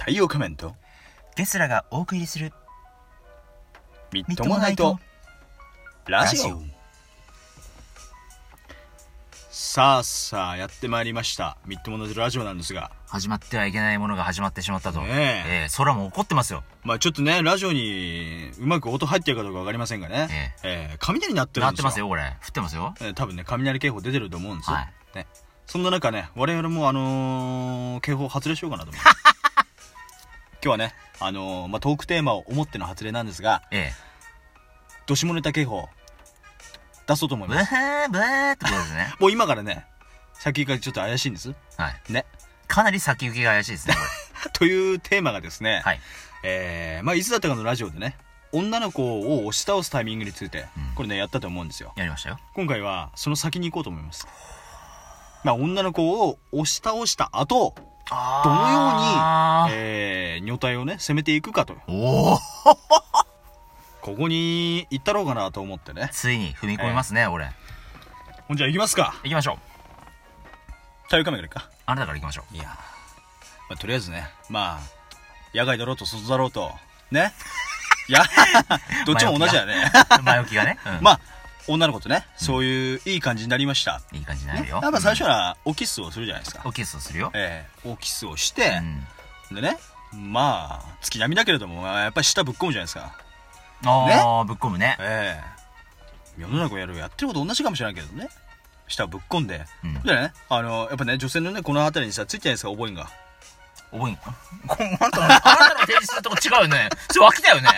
太陽仮面とゲスラがお送りするみっともないとラジオ。さあやってまいりましたみっともないとラジオなんですが、 始まってはいけないものが始まってしまったと、 空も怒ってますよ。 まあちょっとね、ラジオにうまく音入ってるかどうかわかりませんがね、雷鳴ってるんですよ。 鳴ってますよ、これ降ってますよ。 多分ね、雷警報出てると思うんですよ、 はいね。そんな中ね、我々も警報発令しようかなと思って今日はね、トークテーマを思っての発令なんですが、どしもネタ警報出そうと思います。 ブーってことですね。 もう今からね、先行きがちょっと怪しいんです。 はいね。 かなり先行きが怪しいですね、これ。 というテーマがですね、 はい。 いつだったかのラジオでね、女の子を押し倒すタイミングについて、これね、やったと思うんですよ。 やりましたよ。 今回は、その先に行こうと思います。女の子を押し倒した後、どのように、女体をね、攻めていくかと。ここに行ったろうかなと思ってね。 ついに踏み込みますね、俺。 ほんじゃ行きますか。 行きましょう。 太陽カメラいくか。 あなたから行きましょう。 いやとりあえずね、野外だろうと外だろうと、ね。どっちも同じだよね。 前置きがね。 女の子とね、そういういい感じになりました。 いい感じになるよ。 やっぱ最初はおキスをするじゃないですか。 おキスをするよ。 おキスをして、でね、月並みだけれども、やっぱり舌ぶっ込むじゃないですか。 ぶっ込むね。 世の中やってること同じかもしれないけどね。舌ぶっ込んで。でね、やっぱね、女性のね、この辺りにさ、ついてないですか、おぼいんが。 おぼいんあんたの提示したとこ違うよね。それ脇だよね。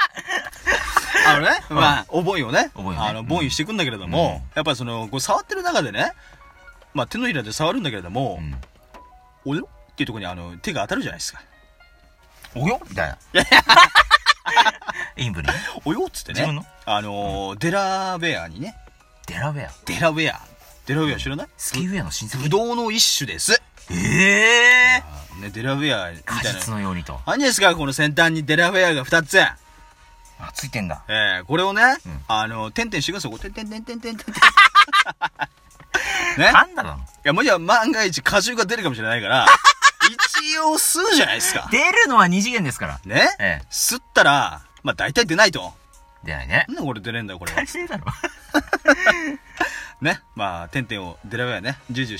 おぼいをね、 ボボンしていくんだけれども、やっぱりこう触ってる中でね、手のひらで触るんだけれども、およっていうところに手が当たるじゃないですか。 およみたいな。インブにおよっつってね。 自分のデラウェアにね。 デラウェア知らない？ スキーウェアの親戚？ 不動の一種です。 ね、 デラウェアみたいな。 果実のようにと。 何ですか、この先端にデラウェアが2つ。 ついてんだ。 これをね、てんてんしてください。てんてん。ね。 なんだろう。 いや、もし万が一果汁が出るかもしれないから、一応吸うじゃないですか。 出るのは二次元ですから。 ね。吸ったら、大体出ないと。 出ないね。 なんでこれ出れんだよ、これ。 大事だろ。 ね。てんてんをデラウェアね、ジュジュして、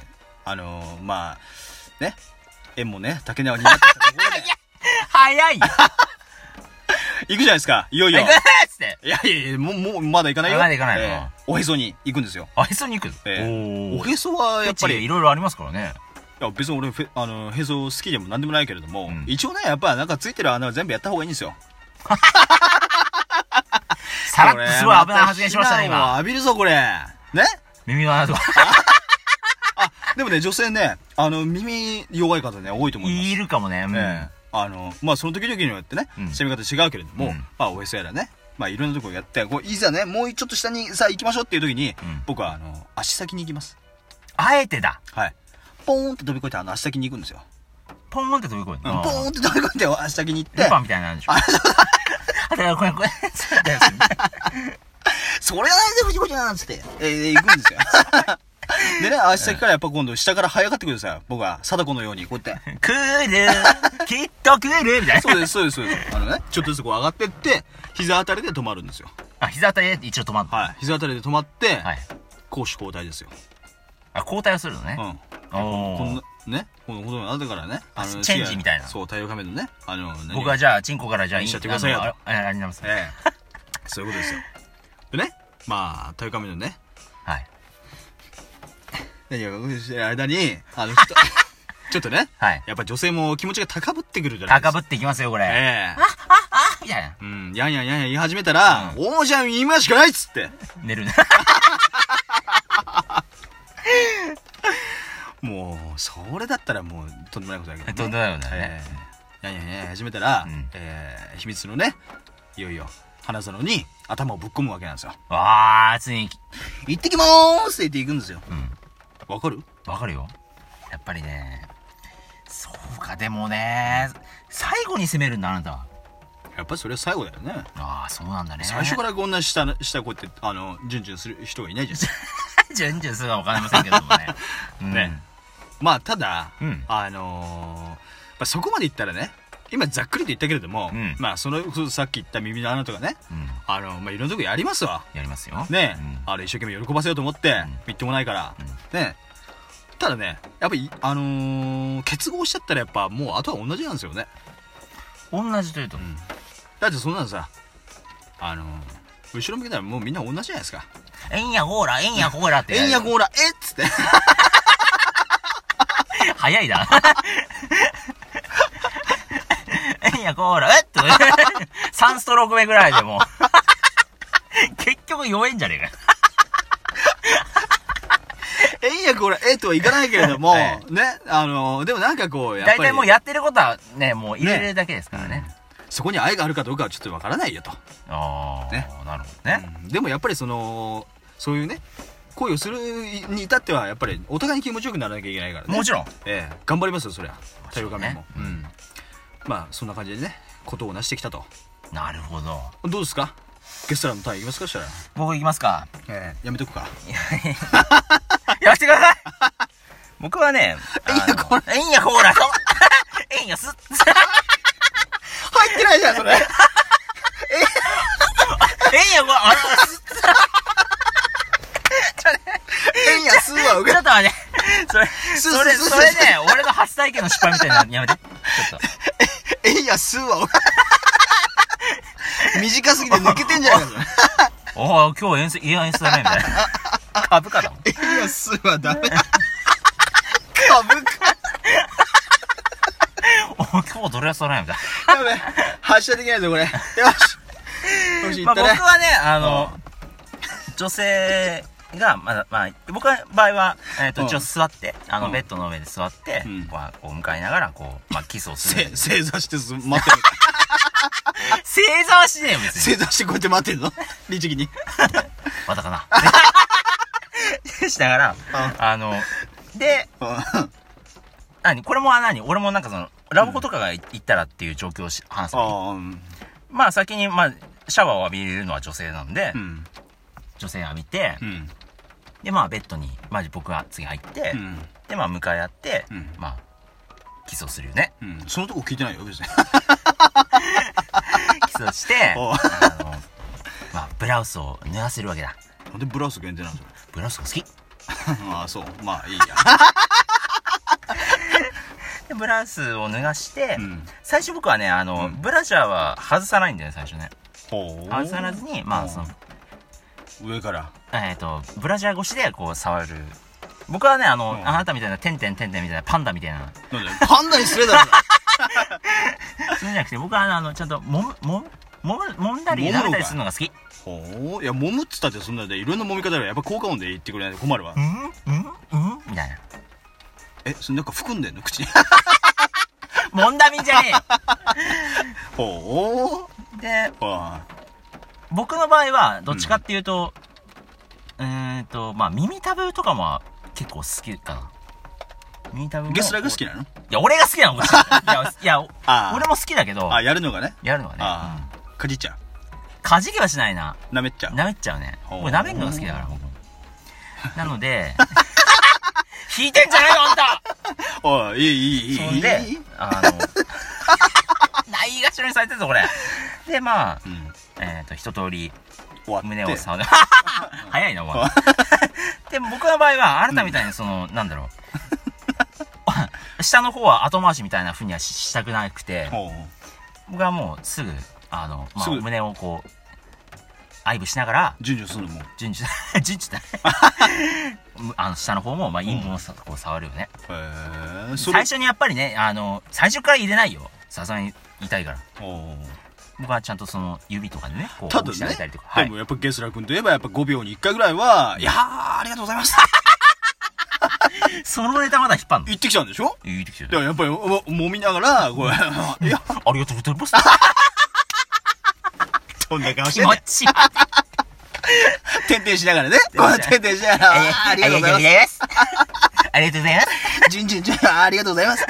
ね。縁もね、竹縄になってたところで。 早いよ。 行くじゃないですか、いよいよ。 行くっつって。 いや、もうまだ行かないよ。 まだ行かないの。 おへそに行くんですよ。 おへそに行く。 おへそはやっぱりいろいろありますからね。 いや、別に俺、へそ好きでもなんでもないけれども、一応ね、やっぱなんかついてる穴は全部やった方がいいんですよ。 さらっとすごい危ない発言しましたね、今。 浴びるぞ、これ。ね？ 耳の穴とか。 でもね、女性ね、耳弱い方ね、多いと思います。 いるかもね。 その時々によってね、攻め方違うけれども、おへそやらね、いろんなところやって、いざね、もうちょっと下にさ、行きましょうっていう時に、僕は、足先に行きます。 あえてだ。 はい。ポーンって飛び越えて、足先に行くんですよ。 ポーンって飛び越えて。 ポーンって飛び越えて、足先に行って。 ルパンみたいになるんでしょ。これ。 それはないで、藤子ちゃんつって、行くんですよ。でね、足先からやっぱ今度下から這い上がってくるんですよ。僕は、貞子のように、こうやって。 来るきっと来るみたいな。 そうです。ちょっとずつこう上がってって、膝あたりで止まるんですよ。 膝あたりで一応止まる。 はい。膝あたりで止まって、攻守交代ですよ。 交代をするのね。 こんなことになってからね。 チェンジみたいな。 そう、太陽仮面のね。 僕はじゃあ、チンコからじゃあ、 いっちゃってくださいよ。 あります。 そういうことですよ。でね、太陽仮面のね。 はい。 何がしてる間に、ちょっとね、やっぱ女性も気持ちが高ぶってくるじゃないですか。 高ぶっていきますよ、これ。みたいな。 やん言い始めたら、おーじゃん今しかないっつって。 寝るね。 もう、それだったらもう、とんでもないことだけどね。 とんでもないことだね。 やん始めたら、秘密のね、いよいよ、花園に頭をぶっ込むわけなんですよ。 ついに。 行ってきまーすって言って行くんですよ。わかるよ。やっぱりね、そうか、でもね、最後に攻めるんだ、あなたは。 やっぱりそれは最後だよね。 そうなんだね。 最初からこんな下こうやって、ジュンジュンする人がいないじゃん。 ジュンジュンするかわかりませんけどもね。 ね。ただ、 あ、そこまで言ったらね、今ざっくりと言ったけれども、まあさっき言った耳の穴とかね、まあいろんなとこやりますわ。 やりますよ。 ね、一生懸命喜ばせようと思って、みっともないから。ね。ただね、やっぱり、結合しちゃったらやっぱもうあとは同じなんですよね。 同じというと。 だってそんなのさ、後ろ向けたらもうみんな同じじゃないですか。 えんやこーら、えんやこーらって。 えんやこーら、っつって。 早いな。えんやこーら、って。3ストローク目ぐらいでもう。結局弱いんじゃねえか。 えんやこーら、とはいかないけれども、ね、でもなんかこう、 やっぱり。大体もうやってることはね、もう入れるだけですからね。 そこに愛があるかどうかはちょっとわからないよと。 ね。なるほどね。 でもやっぱりそういうね、恋をするに至っては、やっぱりお互いに気持ちよくならなきゃいけないからね。 もちろん。 頑張りますよ、そりゃ。対応画面も。まあ、そんな感じでね、ことを成してきたと。 なるほど。 どうですか？ゲストラのターンいきますか？したら。 僕いきますか。 やめとくか。 やめてください。僕はね、えんやこーら、えんやす。 入ってないじゃん、それ。えんやこーら、あれ、 えんやすは受け。 ちょっと待って。それね、俺の初体験の失敗みたいなのやめて。ちょっと。 えんやすは短すぎて抜けてんじゃないか、それ。 おぉ、今日演出だね、みたいな。株価だもん。 えんやすはダメ。株価。 今日ドル安だね、みたいな。やべ、発射できないぞ、これ。よし。 僕はね、女性が、僕の場合は、一応座って、ベッドの上で座って、こう向かいながら、キスをする。 正座して待ってる。 正座はしねえよ、別に。 正座してこうやって待ってんの？律儀に。 またかな。しながら、で、これも俺もなんかラブホとかが行ったらっていう状況を話すのに。まあ先に、シャワーを浴びるのは女性なんで、女性浴びて、で、ベッドに、僕が次入って、で、向かい合って、キスをするよね。 そのとこ聞いてないよ、別に。 キスをして、ブラウスを脱がせるわけだ。 なんでブラウス限定なんですか？ ブラウスが好き。 ああ、そう。まあ、いいや。 で、ブラウスを脱がして、最初僕はね、ブラジャーは外さないんだよね、最初ね。外さずに、 上から。 ブラジャー越しで、触る。僕はね、あなたみたいな、てんてんみたいな、パンダみたいな。 なんでパンダにすれだろ。 それじゃなくて、僕は、ちゃんと、揉んだり、舐めたりするのが好き。 いや、揉むっつったってそんなで、いろんな揉み方でやっぱ効果音で言ってくれないと困るわ。 みたいな。 それなんか含んでんの口に。 揉んだみじゃねえ。で、僕の場合は、どっちかっていうと、耳たぶとかも結構好きかな。耳たぶも。 ゲスラが好きなの？いや、俺が好きなのこっち。いや、俺も好きだけど。 やるのがね。 やるのはね。 かじっちゃう。 かじきはしないな。 舐めっちゃう。 舐めっちゃうね。俺舐めるのが好きだから、僕。なので、引いてんじゃないよ、あんた。 いい。 そんで、ないがしろにされてるぞ、これ。で、一通り、胸を触る。早いな、お前。で、僕の場合は、あなたみたいに、なんだろう。下の方は後回しみたいな風にはしたくなくて、僕はもうすぐ、胸を愛撫しながら、 順序するのも。 順序だ。下の方も、陰部を触るよね。最初にやっぱりね、最初から入れないよ。さすがに痛いから。僕はちゃんと指とかでね、 ただね、でもやっぱゲスラ君といえばやっぱ5秒に1回ぐらいは、いやー、ありがとうございます。 そのネタまだ引っ張んの？ 言ってきちゃうんでしょ？ 言ってきちゃう。 だからやっぱり、揉みながら、これ、いや、 ありがとうございます。 そんな顔して気持ちいい。 てんてんしながらね。てんてんしながら、ありがとうございます。 ありがとうございます。 ありがとうございます。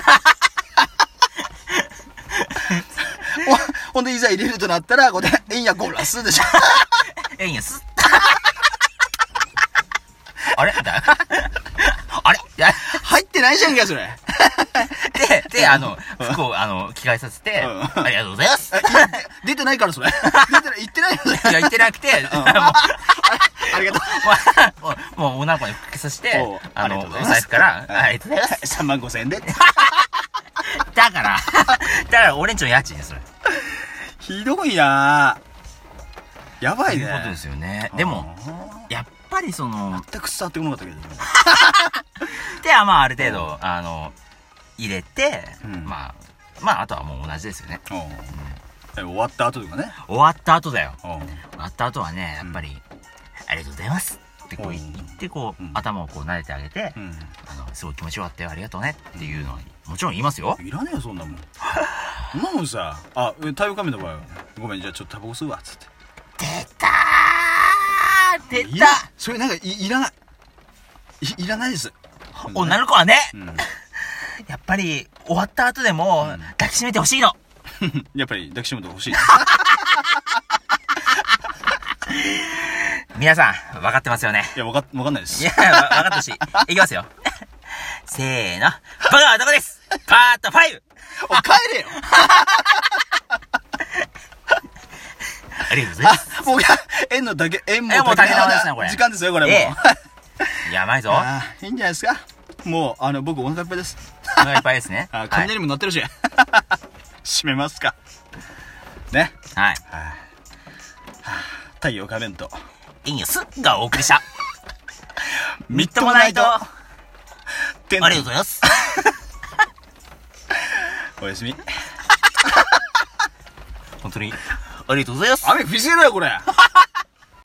ほんで、いざ入れるとなったら、これ、えんやこらすでしょ。 えんやす。あれあれ入ってないないじゃんか、それ。 で、服を、着替えさせて、ありがとうございます。 出てないから、それ。言ってないよ、それ。 いや、言ってなくて、 ありがとう。もう、女の子に服着させて、お財布から、ありがとうございます。 3万5千円で。 だから、俺んちの家賃です、それ。 ひどいなぁ。やばいね。 そういうことですよね。でも、やっぱりその、 全く伝わってこなかったけど。 で、まあ、ある程度、入れて、まあ、あとはもう同じですよね。 終わった後とかね。 終わった後だよ。終わった後はね、やっぱり、ありがとうございますってこう言って、こう、頭をこう撫でてあげて、すごい気持ちよかったよ、ありがとうねっていうのは、もちろん言いますよ。 いらねえよ、そんなもん。そんなもんさ、太陽仮面の場合は、ごめん、じゃあちょっとタバコ吸うわ、つって。 出たそれなんかいらない。いらないです。 女の子はね、やっぱり終わった後でも抱きしめてほしいの。 やっぱり抱きしめてほしい。 皆さん、分かってますよね。 いや、分かんないです。 いや、分かってほしい。いきますよ。せーの。バカはどこですパート 5! 帰れよありがとうございます。 もう、縁も竹縄ですね、これ。 時間ですよ、これもう。 やばいぞ。 いいんじゃないですか。もう、僕お腹いっぱいです。 お腹いっぱいですね。 雷も鳴ってるし。閉めますか。ね。 はい。 太陽仮面と、 インヨスがお送りした。みっともないと。ありがとうございます。 おやすみ。 本当に、ありがとうございます。 雨降りすぎだよ、これ。